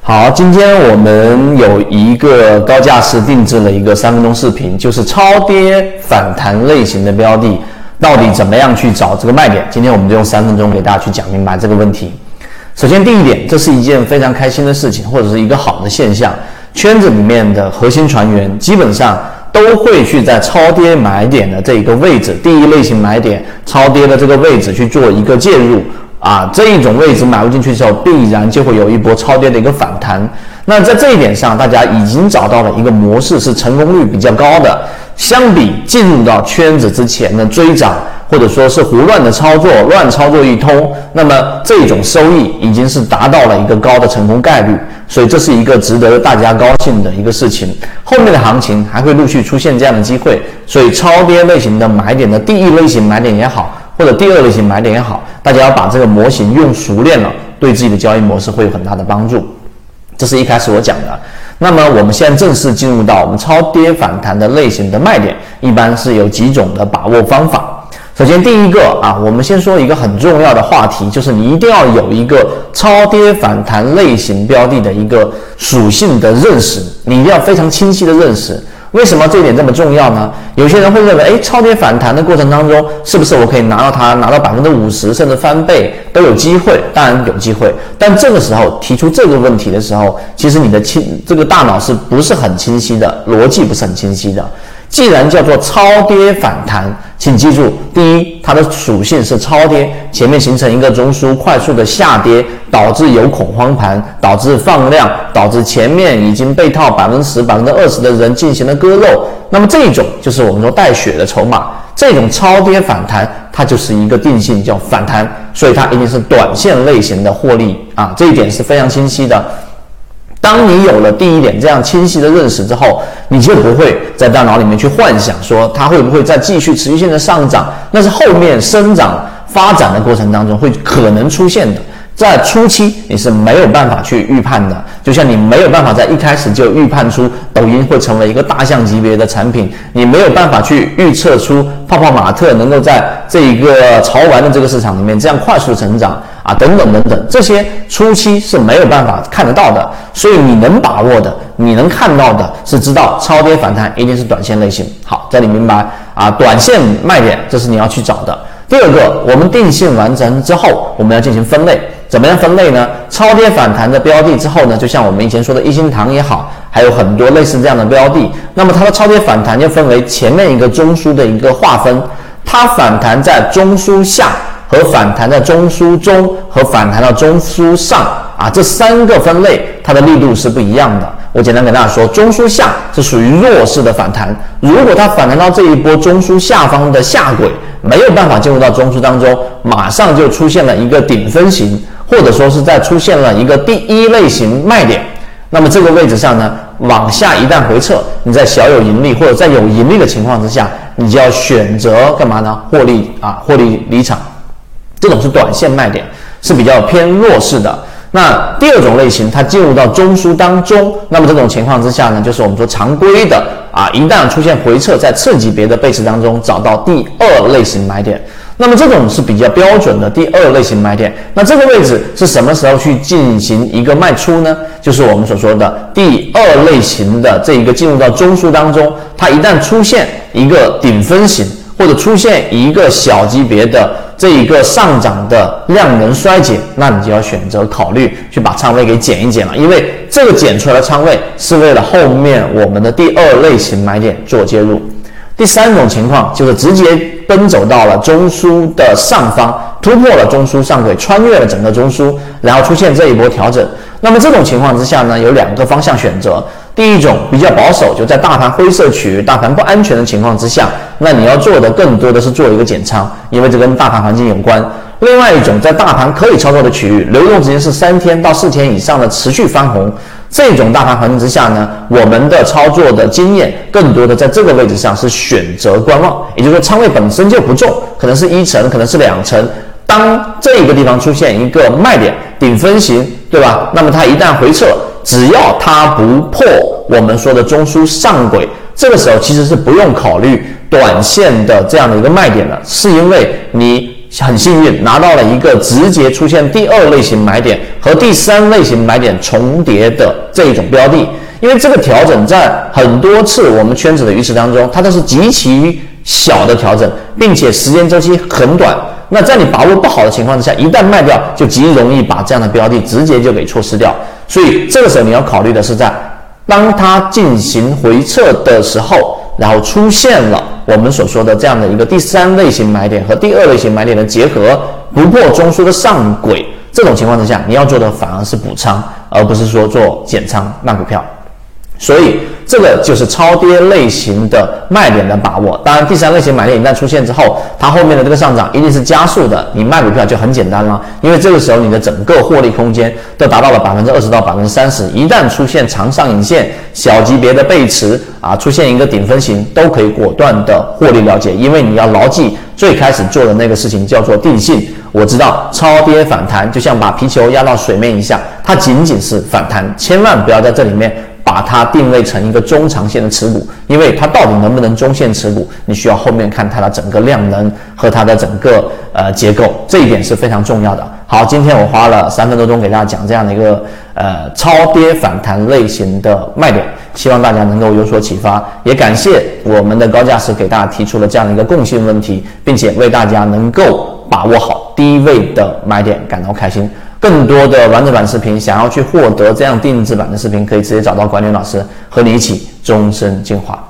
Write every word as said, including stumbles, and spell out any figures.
好，今天我们有一个高价值定制的一个三分钟视频，就是超跌反弹类型的标的，到底怎么样去找这个卖点？今天我们就用三分钟给大家去讲明白这个问题。首先，第一点，这是一件非常开心的事情，或者是一个好的现象。圈子里面的核心船员基本上都会去在超跌买点的这一个位置，第一类型买点超跌的这个位置去做一个介入。啊，这一种位置买入进去之后，必然就会有一波超跌的一个反弹。那在这一点上，大家已经找到了一个模式，是成功率比较高的。相比进入到圈子之前的追涨，或者说是胡乱的操作，乱操作一通，那么这种收益已经是达到了一个高的成功概率。所以这是一个值得大家高兴的一个事情。后面的行情还会陆续出现这样的机会，所以超跌类型的买点的第一类型买点也好，或者第二类型买点也好，大家要把这个模型用熟练了，对自己的交易模式会有很大的帮助。这是一开始我讲的。那么我们现在正式进入到我们超跌反弹的类型的卖点，一般是有几种的把握方法。首先第一个啊，我们先说一个很重要的话题，就是你一定要有一个超跌反弹类型标的的一个属性的认识，你一定要非常清晰的认识。为什么这一点这么重要呢？有些人会认为，哎，超跌反弹的过程当中，是不是我可以拿到它，拿到百分之五十甚至翻倍都有机会？当然有机会，但这个时候提出这个问题的时候，其实你的清这个大脑是不是很清晰的，逻辑不是很清晰的。既然叫做超跌反弹，请记住，第一，它的属性是超跌，前面形成一个中枢快速的下跌，导致有恐慌盘，导致放量，导致前面已经被套 百分之十、百分之二十 的人进行了割肉，那么这种就是我们说带血的筹码。这种超跌反弹它就是一个定性叫反弹，所以它一定是短线类型的获利啊，这一点是非常清晰的。当你有了第一点这样清晰的认识之后，你就不会在大脑里面去幻想说它会不会再继续持续性的上涨，那是后面生长发展的过程当中会可能出现的。在初期你是没有办法去预判的，就像你没有办法在一开始就预判出抖音会成为一个大象级别的产品，你没有办法去预测出泡泡玛特能够在这一个潮玩的这个市场里面这样快速成长啊，等等等等，这些初期是没有办法看得到的。所以你能把握的，你能看到的是知道超跌反弹一定是短线类型。好，这里明白啊，短线卖点这是你要去找的。第二个，我们定性完成之后，我们要进行分类。怎么样分类呢？超跌反弹的标的之后呢，就像我们以前说的一心堂也好，还有很多类似这样的标的，那么它的超跌反弹就分为前面一个中枢的一个划分，它反弹在中枢下和反弹在中枢中和反弹到中枢上啊，这三个分类它的力度是不一样的。我简单给大家说，中枢下是属于弱势的反弹，如果它反弹到这一波中枢下方的下轨，没有办法进入到中枢当中，马上就出现了一个顶分型，或者说是在出现了一个第一类型卖点。那么这个位置上呢，往下一旦回撤，你在小有盈利或者在有盈利的情况之下，你就要选择干嘛呢？获利啊，获利离场。这种是短线卖点，是比较偏弱势的。那第二种类型，它进入到中枢当中，那么这种情况之下呢，就是我们说常规的啊，一旦出现回撤，在次级别的背驰当中找到第二类型买点，那么这种是比较标准的第二类型买点。那这个位置是什么时候去进行一个卖出呢？就是我们所说的第二类型的这一个进入到中枢当中，它一旦出现一个顶分型，或者出现一个小级别的这一个上涨的量能衰减，那你就要选择考虑去把仓位给减一减了，因为这个减出来的仓位是为了后面我们的第二类型买点做介入。第三种情况就是直接奔走到了中枢的上方，突破了中枢上轨，穿越了整个中枢，然后出现这一波调整。那么这种情况之下呢，有两个方向选择。第一种比较保守，就在大盘灰色区域、大盘不安全的情况之下，那你要做的更多的是做一个减仓，因为这跟大盘环境有关。另外一种在大盘可以操作的区域，流动时间是三天到四天以上的持续翻红，这种大盘环境之下呢，我们的操作的经验更多的在这个位置上是选择观望，也就是说仓位本身就不重，可能是一成，可能是两成。当这个地方出现一个卖点顶分型，对吧？那么它一旦回撤，只要它不破我们说的中枢上轨，这个时候其实是不用考虑短线的这样的一个卖点了，是因为你很幸运拿到了一个直接出现第二类型买点和第三类型买点重叠的这一种标的。因为这个调整在很多次我们圈子的鱼池当中，它都是极其小的调整，并且时间周期很短。那在你把握不好的情况之下，一旦卖掉，就极容易把这样的标的直接就给错失掉。所以这个时候你要考虑的是，在当它进行回撤的时候，然后出现了我们所说的这样的一个第三类型买点和第二类型买点的结合，不破中枢的上轨，这种情况之下，你要做的反而是补仓，而不是说做减仓卖股票。所以这个就是超跌类型的卖点的把握。当然第三类型买点一旦出现之后，它后面的这个上涨一定是加速的，你卖股票就很简单了，因为这个时候你的整个获利空间都达到了 百分之二十 到 百分之三十， 一旦出现长上影线、小级别的背驰啊，出现一个顶分型，都可以果断的获利了结。因为你要牢记最开始做的那个事情叫做定性。我知道超跌反弹就像把皮球压到水面一下，它仅仅是反弹，千万不要在这里面把它定位成一个中长线的持股，因为它到底能不能中线持股，你需要后面看它的整个量能和它的整个呃结构，这一点是非常重要的。好，今天我花了三分多钟给大家讲这样的一个呃超跌反弹类型的卖点，希望大家能够有所启发，也感谢我们的高价值给大家提出了这样的一个共性问题，并且为大家能够把握好低位的买点感到开心。更多的完整版视频，想要去获得这样定制版的视频，可以直接找到管理老师，和你一起终身进化。